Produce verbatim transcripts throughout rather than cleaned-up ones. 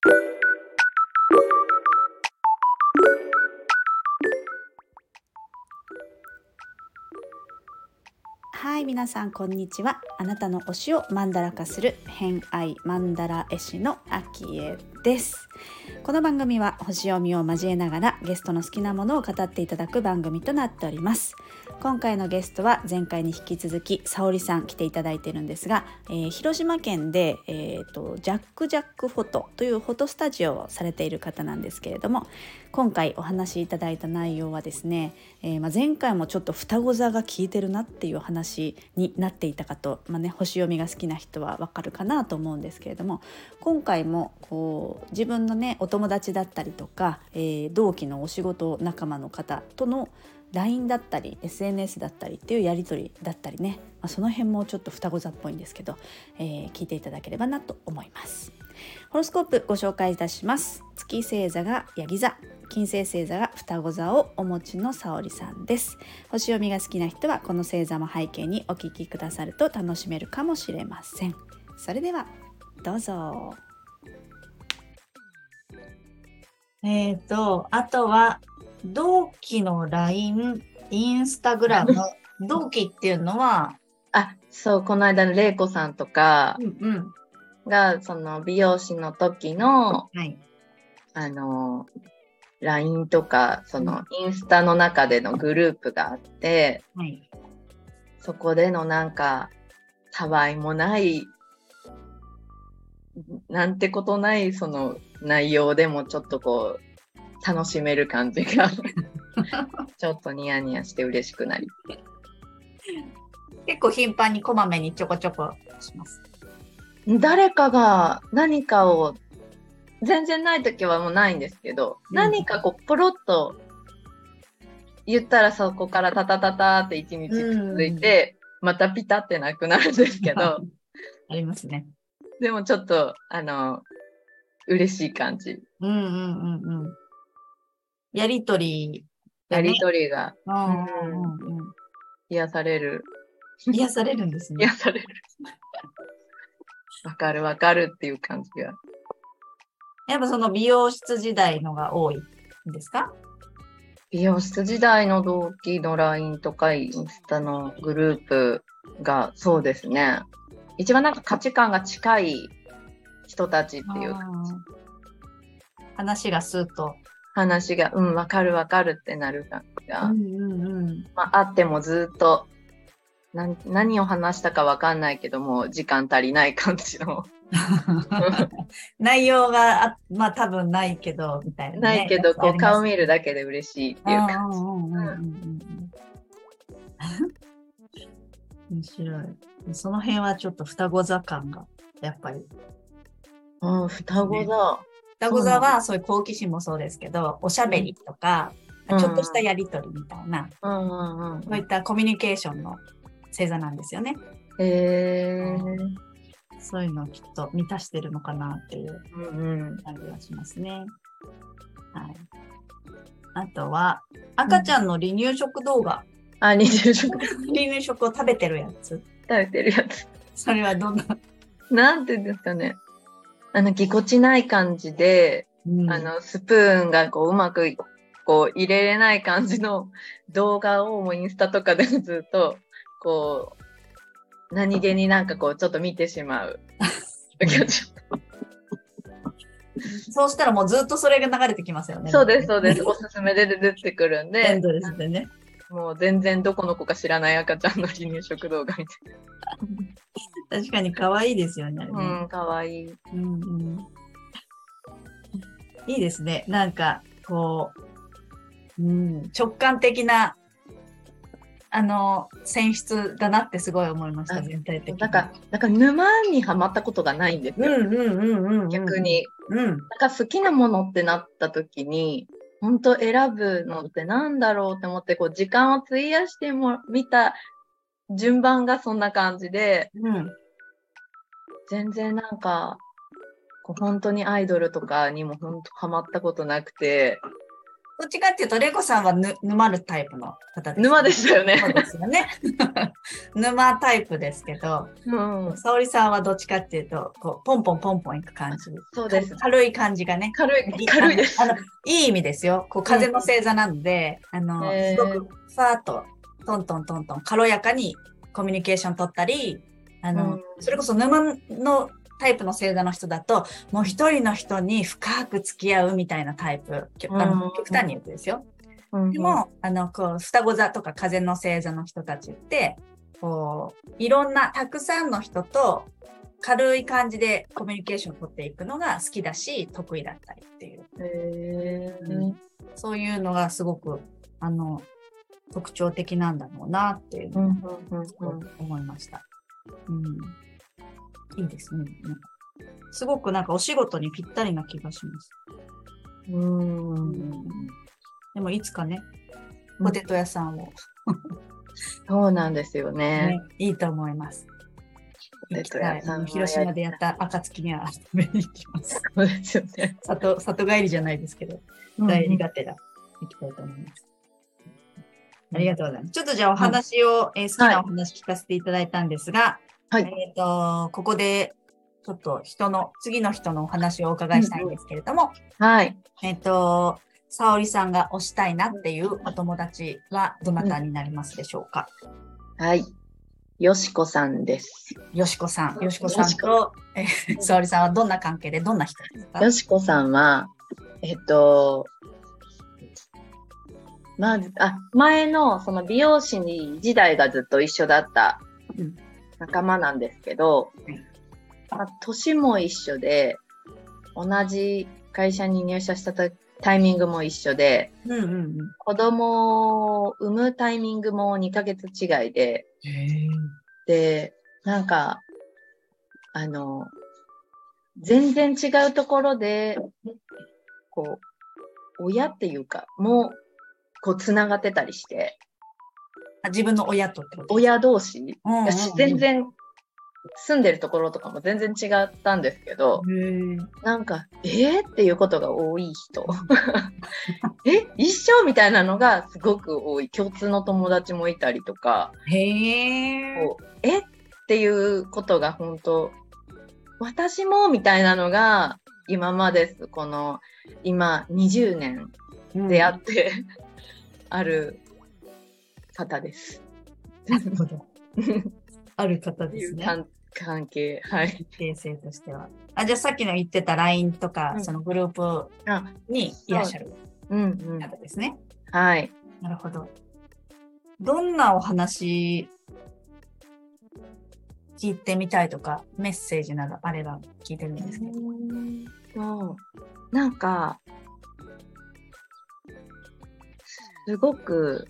はい、皆さんこんにちは。あなたの推しをマンダラ化する偏愛マンダラ絵師のあきえです。この番組は星読みを交えながらゲストの好きなものを語っていただく番組となっております。今回のゲストは前回に引き続きさおりさん来ていただいているんですが、えー、広島県で、えーと、ジャックジャックフォトというフォトスタジオをされている方なんですけれども、今回お話しいただいた内容はですね、えーまあ、前回もちょっと双子座が効いてるなっていう話になっていたかと、まあね、星読みが好きな人はわかるかなと思うんですけれども、今回もこう自分のねお友達だったりとか、えー、同期のお仕事仲間の方との ライン だったり エスエヌエス だったりっていうやり取りだったりね、まあ、その辺もちょっと双子座っぽいんですけど、えー、聞いていただければなと思います。ホロスコープご紹介いたします。月星座がヤギ座、金星星座が双子座をお持ちのさおりさんです。星読みが好きな人はこの星座も背景にお聞きくださると楽しめるかもしれません。それではどうぞ。えーと、あとは同期の ライン、インスタグラム、同期っていうのはあ、そう、この間のれいこさんとかうんが、うん、その美容師の時の、 はい、あの ライン とかそのインスタの中でのグループがあって、 はい、 そこでのなんかたわいもないなんてことないその内容でもちょっとこう楽しめる感じがちょっとニヤニヤして嬉しくなり結構頻繁にこまめにちょこちょこします。 誰かが何かを全然ない時はもうないんですけど、うん、何かこうポロッと言ったらそこからタタタタって一日続いて、うん、またピタってなくなるんですけどありますね。 でもちょっとあの嬉しい感じ。 うんうんうんうん。やりとり、 ね、やりとりが、 うんうんうんうん、 癒される。 癒されるんですね。 癒される。わかるわかるっていう感じが。 やっぱその美容室時代のが多いんですか？ 美容室時代の同期の ライン とかインスタのグループがそうですね。一番なんか価値観が近い人たちっていう感じ。 話がスーッと。 話が、うん、わかるわかるってなる感じが。 うんうんうん。 まあ、あってもずっと何、何を話したかわかんないけども、時間足りない感じの。 内容があ、まあ多分ないけど、みたいな、ね。 ないけど、こう顔見るだけで嬉しいっていう感じ。 面白い。その辺はちょっと双子座感が、やっぱり。 うん、双子座。 双子座はそういう好奇心もそうですけど、おしゃべりとか、うん、ちょっとしたやりとりみたいな、 うんうんうん、 そういったコミュニケーションの星座なんですよね。 へー。 そういうのをきっと満たしてるのかなっていう感じがしますね。 うんうん、 はい。あとは、赤ちゃんの離乳食動画。 うん、あ、離乳食。 離乳食を食べてるやつ。 食べてるやつ。 それはどんななんていうんですかね。あの、ぎこちない感じで、うん、あの、スプーンがこう、うまく、こう、入れれない感じの動画をもうインスタとかでずっと、こう、何気になんかこう、ちょっと見てしまう。 そうしたらもうずっとそれが流れてきますよね。 そうです、そうです。おすすめで出てくるんで。 エンドレスでね。 もう全然どこの子か知らない赤ちゃんの離乳食動画みたいな。確かに可愛いですよね。 うん、可愛い。うんうん。 いいですね。なんか、こう、うん、直感的な、あの、選出だなってすごい思いました、全体的に。 なんか、なんか沼にはまったことがないんですよ。 うんうんうんうん、うん。 逆に。 うん。 なんか好きなものってなった時に、本当選ぶのってなんだろうって思って、こう、時間を費やしても見た順番がそんな感じで、うん、全然なんか、こう本当にアイドルとかにも本当ハマったことなくて、 どっちかっていうと、レコさんはぬ沼るタイプの方です、ね。 沼でしたよね。 そうですよね。沼タイプですけど、 うん、 沙織さんはどっちかっていうと、こうポンポンポンポンいく感じ。 そうです。 軽い感じがね。 軽い、軽いです。 あの、あのいい意味ですよ。こう風の星座なので、うん、あの、すごくファーッとトントントントン軽やかにコミュニケーション取ったり、あの、うん、それこそ沼のタイプの星座の人だと、もう一人の人に深く付き合うみたいなタイプ。あの極端に言うとですよ。うん、でも、あの、こう、双子座とか風の星座の人たちって、こう、いろんな、たくさんの人と軽い感じでコミュニケーションを取っていくのが好きだし、得意だったりっていう。 へー、 うん、そういうのがすごく、あの、特徴的なんだろうなっていうのを思いました。うん、いいですね。すごくなんかお仕事にぴったりな気がします。うーん、でもいつかね、ポテト屋さんを、 うん、そうなんですよね。ね、 いいと思います。ポテト屋さん、広島でやった暁には食べに行きます。 そうですよね。 里、里帰りじゃないですけど、帰りがてら行きたいと思います。うん、ありがとうございます。ちょっとじゃあお話を、うん、えー、好きなお話聞かせていただいたんですが、はい、えっと、ここでちょっと人の、次の人のお話をお伺いしたいんですけれども、 うん、はい。 えっと、沙織さんが推したいなっていうお友達はどなたになりますでしょうか？ うん、はい。よしこさんです。 よしこさん。よしこさんと、えー、沙織さんはどんな関係でどんな人ですか？ よしこさんは、えっと、まず、あ、前のその美容師時代がずっと一緒だった仲間なんですけど、うん、まあ、年も一緒で、同じ会社に入社したタイミングも一緒で、うんうんうん、子供を産むタイミングもにかげつ違いで、で、なんか、あの、全然違うところで、こう、親っていうか、もう、こう、つながってたりして。 あ、自分の親とってこと？ 親同士、うんうんうん、全然、住んでるところとかも全然違ったんですけど、なんか、えー、っていうことが多い人。え、一緒みたいなのがすごく多い。共通の友達もいたりとか。 へー。 こうえっていうことが本当、私もみたいなのが今までです。この、今にじゅうねん出会って、うん、ある方です。 なるほど。ある方ですね。 関係、はい。 形成としては。あ、じゃあさっきの言ってた ライン とか、うん、そのグループにいらっしゃる方ですね。 うんうん、はい。 なるほど。どんなお話聞いてみたいとか、メッセージなどあれば聞いてるんですけど。 そうなんか、すごく、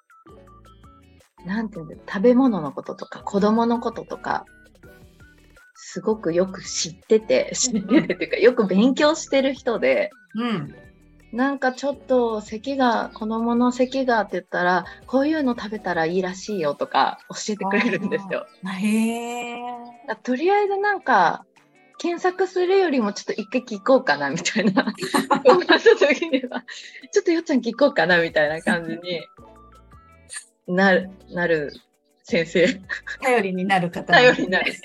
なんていうんだろう、食べ物のこととか、子供のこととか、すごくよく知ってて、知っててっていうか、よく勉強してる人で、うん、なんかちょっと咳が、子供の咳がって言ったら、こういうの食べたらいいらしいよとか教えてくれるんですよ。 へー。 とりあえずなんか、検索するよりもちょっと一回聞こうかなみたいな。思った時には、ちょっとよっちゃん聞こうかなみたいな感じになる、なる先生。 頼りになる方、 ね。頼りになる。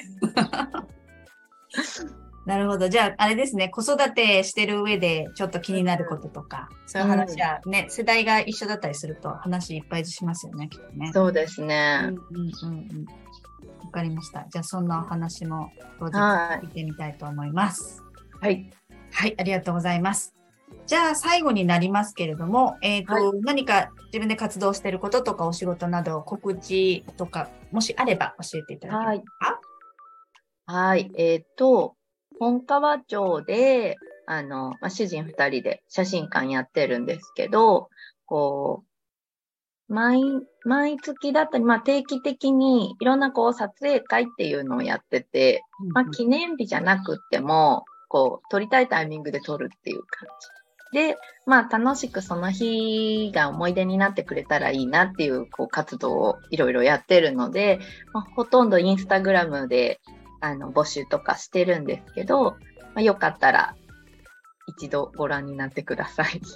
なるほど。じゃあ、あれですね、子育てしてる上でちょっと気になることとか、うん、そういう話はね、うん、世代が一緒だったりすると話いっぱいしますよね、きっとね。 そうですね。 うんうんうんうん。わかりました。じゃあ、そんなお話も当日聞いてみたいと思います。 はい。 はい、ありがとうございます。じゃあ、最後になりますけれども、えっと、はい、何か自分で活動していることとかお仕事など告知とか、もしあれば教えていただけますか？ はい。はい、えっと、本川町で、あの、まあ、主人二人で写真館やってるんですけど、こう、毎、毎月だったり、まあ、定期的にいろんなこう撮影会っていうのをやってて、まあ、記念日じゃなくっても、こう、撮りたいタイミングで撮るっていう感じ。で、まあ、楽しくその日が思い出になってくれたらいいなっていう、こう、活動をいろいろやってるので、まあ、ほとんどインスタグラムで、あの、募集とかしてるんですけど、まあ、よかったら一度ご覧になってください。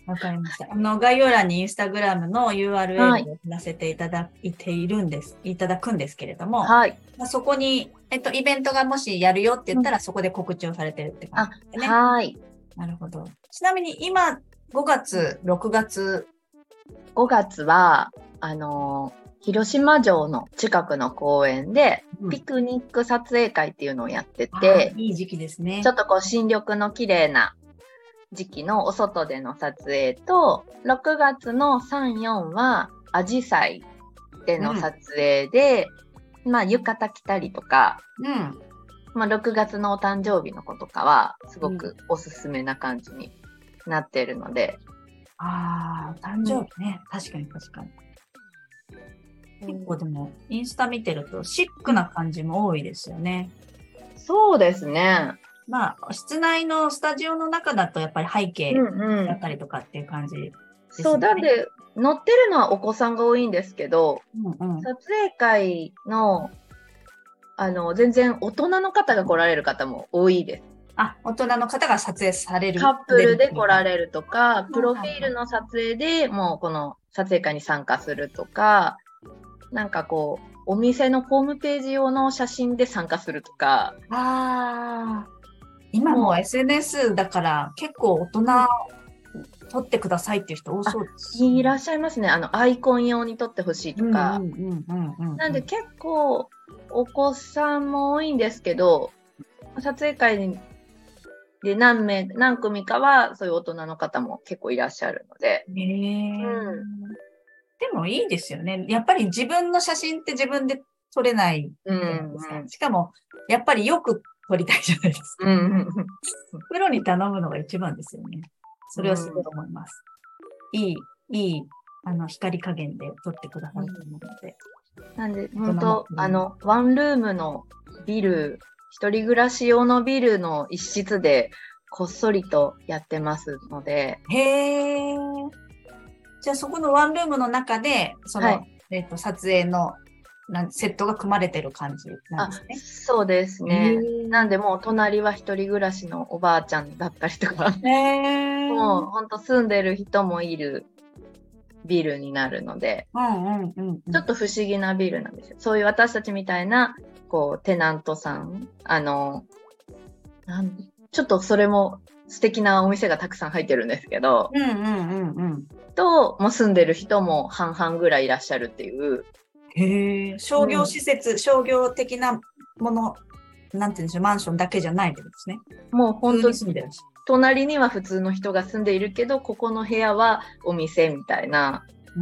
わかりました。あの、概要欄にインスタグラムの ユーアールエル を載せていただいているんです、はい、いただくんですけれども、はい。まあ、そこに、えっと、イベントがもしやるよって言ったら、うん、そこで告知をされてるって感じですね。 はい。 なるほど。ちなみに今、ごがつ、ろくがつ。 ごがつは、あのー、広島城の近くの公園で、うん、ピクニック撮影会っていうのをやってて、 いい時期ですね。 ちょっとこう新緑の綺麗な時期のお外での撮影と、ろくがつのさん、よんはアジサイでの撮影で、うん、まあ浴衣着たりとか、うん、まあろくがつのお誕生日の子とかはすごくおすすめな感じになってるので、 うん、ああ、誕生日ね、うん、確かに確かに。結構でもインスタ見てるとシックな感じも多いですよね。 そうですね。 まあ室内のスタジオの中だとやっぱり背景だったりとかっていう感じですね。 うんうん、そうだって乗ってるのはお子さんが多いんですけど、うんうん、撮影会のあの全然大人の方が来られる方も多いです。 あ、大人の方が撮影される。 カップルで来られるとか、プロフィールの撮影でもうこの撮影会に参加するとか、なんかこう、お店のホームページ用の写真で参加するとか。 ああ、今も エスエヌエス だから結構大人撮ってくださいっていう人多そうです、 ね、いらっしゃいますね。あの、アイコン用に撮ってほしいとか。なんで結構お子さんも多いんですけど、撮影会で何名、何組かはそういう大人の方も結構いらっしゃるので。 へー、うん、でもいいですよね。やっぱり自分の写真って自分で撮れないじゃないですか。うんうん、しかも、やっぱりよく撮りたいじゃないですか。うんうんうん、プロに頼むのが一番ですよね。それはすごい思います。うん、いい、いい、あの、光加減で撮ってくださると思うので。 うん、なんで、本当あの、ワンルームのビル、一人暮らし用のビルの一室でこっそりとやってますので。 へー。じゃあそこのワンルームの中で、その、はい、えっと、撮影のなんセットが組まれてる感じなんですね。 そうですね。なんでもう隣は一人暮らしのおばあちゃんだったりとか、もうほんと住んでる人もいるビルになるので、うんうんうんうん、ちょっと不思議なビルなんですよ。そういう私たちみたいな、こう、テナントさん、あの、なんちょっとそれも素敵なお店がたくさん入ってるんですけど、うんうんうんうん、と、もう住んでる人も半々ぐらいいらっしゃるっていう。 へー、商業施設、うん、商業的なもの、なんていうんでしょう、マンションだけじゃないってことですね。 もう本当に住んでるし。隣には普通の人が住んでいるけど、ここの部屋はお店みたいな。うん、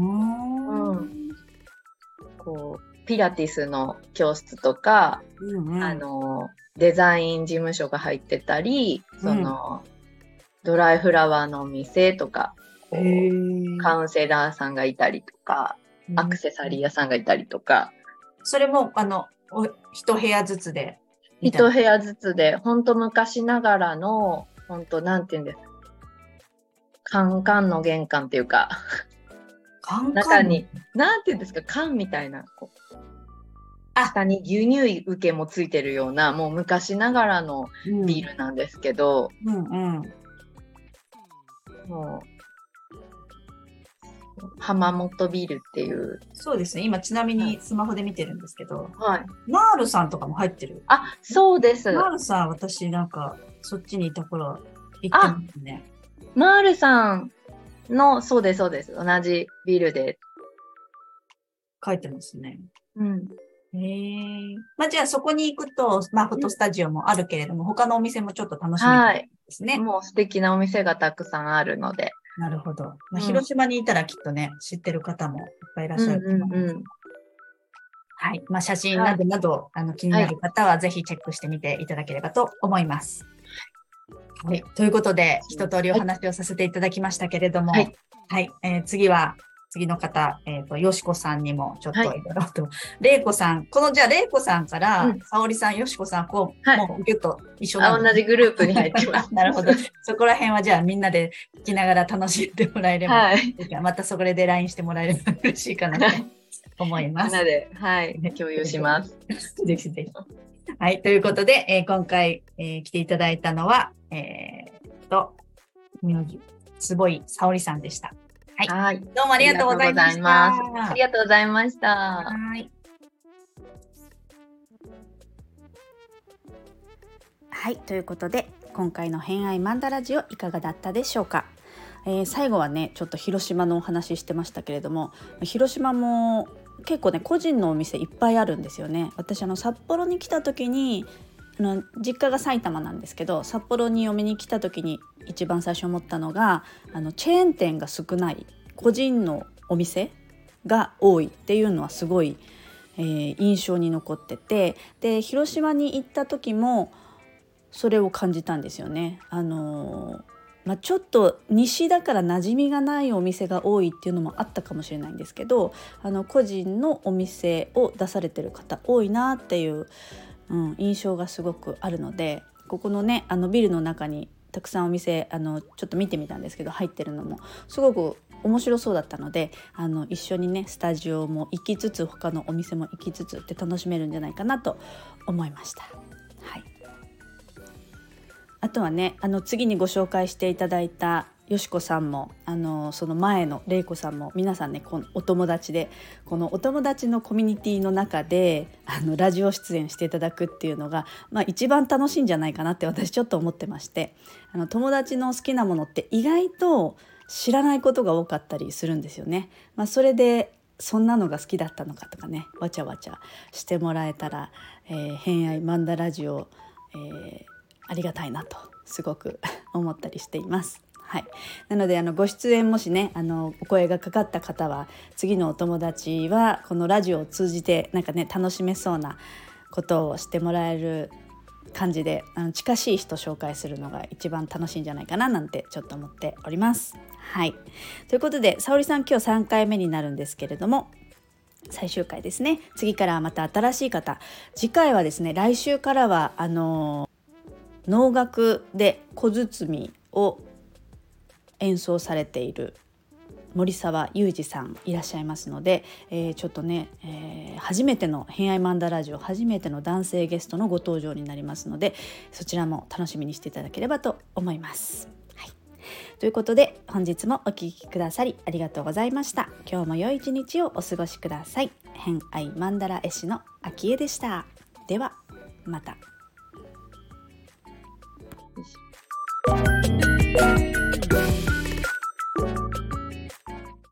こうピラティスの教室とか、うんうん、あのデザイン事務所が入ってたり、その、うん、ドライフラワーのお店とか、カウンセラーさんがいたりとか、アクセサリー屋さんがいたりとか。 それもあの一部屋ずつで。 一部屋ずつで、本当昔ながらの、本当なんていうんですか、カンカンの玄関っていうか、カンカン中になんていうんですか、缶みたいな、こう下に牛乳受けもついてるような、もう昔ながらのビルなんですけど、うんうんうん、もう浜本ビルっていう。 そうですね。今ちなみにスマホで見てるんですけど、はい、ナールさんとかも入ってる。 あ、そうです。 ナールさん、私なんかそっちにいた頃行ってますね。 ナールさんの、そうです、そうです。同じビルで。 書いてますね。うん。へえ。まあじゃあそこに行くと、まあフォトスタジオもあるけれども、うん、他のお店もちょっと楽しめるんですね。 はい。もう素敵なお店がたくさんあるので。 なるほど。まあ、広島にいたらきっとね、うん、知ってる方もいっぱいいらっしゃると思います。うんうんうん、はい。まあ写真などなど、はい、あの気になる方はぜひチェックしてみていただければと思います。はい。ということで、一通りお話をさせていただきましたけれども、はい。はい、えー、次は、次の方、えっ、ー、と、よしこさんにもちょっといろいろと、れいこさん、このじゃあれいこさんから、うん、さおりさん、よしこさん、こう、はい、もうぎゅっと一緒なの。同じグループに入ってます。 なるほど。そこら辺はじゃあみんなで聞きながら楽しんでもらえれば、はい、またそこで ライン してもらえれば嬉しいかなと思います。 みんなで、はい、共有します。 ぜひぜひ。はい、ということで、えー、今回、えー、来ていただいたのは、えー、と、名字坪井沙織さんでした。はい、 はい、 どうもありがとうございました。 ありがとうございました。 はい。はい、ということで今回の偏愛マンダラジオいかがだったでしょうか。えー、最後はねちょっと広島のお話ししてましたけれども、広島も結構ね個人のお店いっぱいあるんですよね。私あの札幌に来た時に、あの実家が埼玉なんですけど、札幌に嫁に来た時に一番最初思ったのが、あのチェーン店が少ない個人のお店が多いっていうのはすごい、えー、印象に残ってて、で広島に行った時もそれを感じたんですよね。あのーまあ、ちょっと西だから馴染みがないお店が多いっていうのもあったかもしれないんですけど、あの個人のお店を出されてる方多いなっていう、うん、印象がすごくあるので、ここのねあのビルの中にたくさんお店あのちょっと見てみたんですけど、入ってるのもすごく面白そうだったので、あの一緒にねスタジオも行きつつ他のお店も行きつつって楽しめるんじゃないかなと思いました。はい。あとはね、あの次にご紹介していただいたよしこさんも、あのその前のれいこさんも、皆さんねこのお友達で、このお友達のコミュニティの中であのラジオ出演していただくっていうのが、まあ、一番楽しいんじゃないかなって私ちょっと思ってまして、あの友達の好きなものって意外と知らないことが多かったりするんですよね。まあ、それでそんなのが好きだったのかとかね、わちゃわちゃしてもらえたら、えー、偏愛マンダラジオ、えーありがたいなとすごく思ったりしています。はい、なのであのご出演もしねあのお声がかかった方は、次のお友達はこのラジオを通じてなんかね楽しめそうなことをしてもらえる感じで、あの近しい人紹介するのが一番楽しいんじゃないかななんてちょっと思っております。はい、ということで沙織さん今日さんかいめになるんですけれども、最終回ですね。次からはまた新しい方、次回はですね来週からはあの能楽で小包を演奏されている森沢裕二さんいらっしゃいますので、えー、ちょっとね、えー、初めての偏愛マンダラジオ初めての男性ゲストのご登場になりますので、そちらも楽しみにしていただければと思います。はい、ということで本日もお聞きくださりありがとうございました。今日も良い一日をお過ごしください。偏愛マンダラ絵師のあきえでした。ではまた。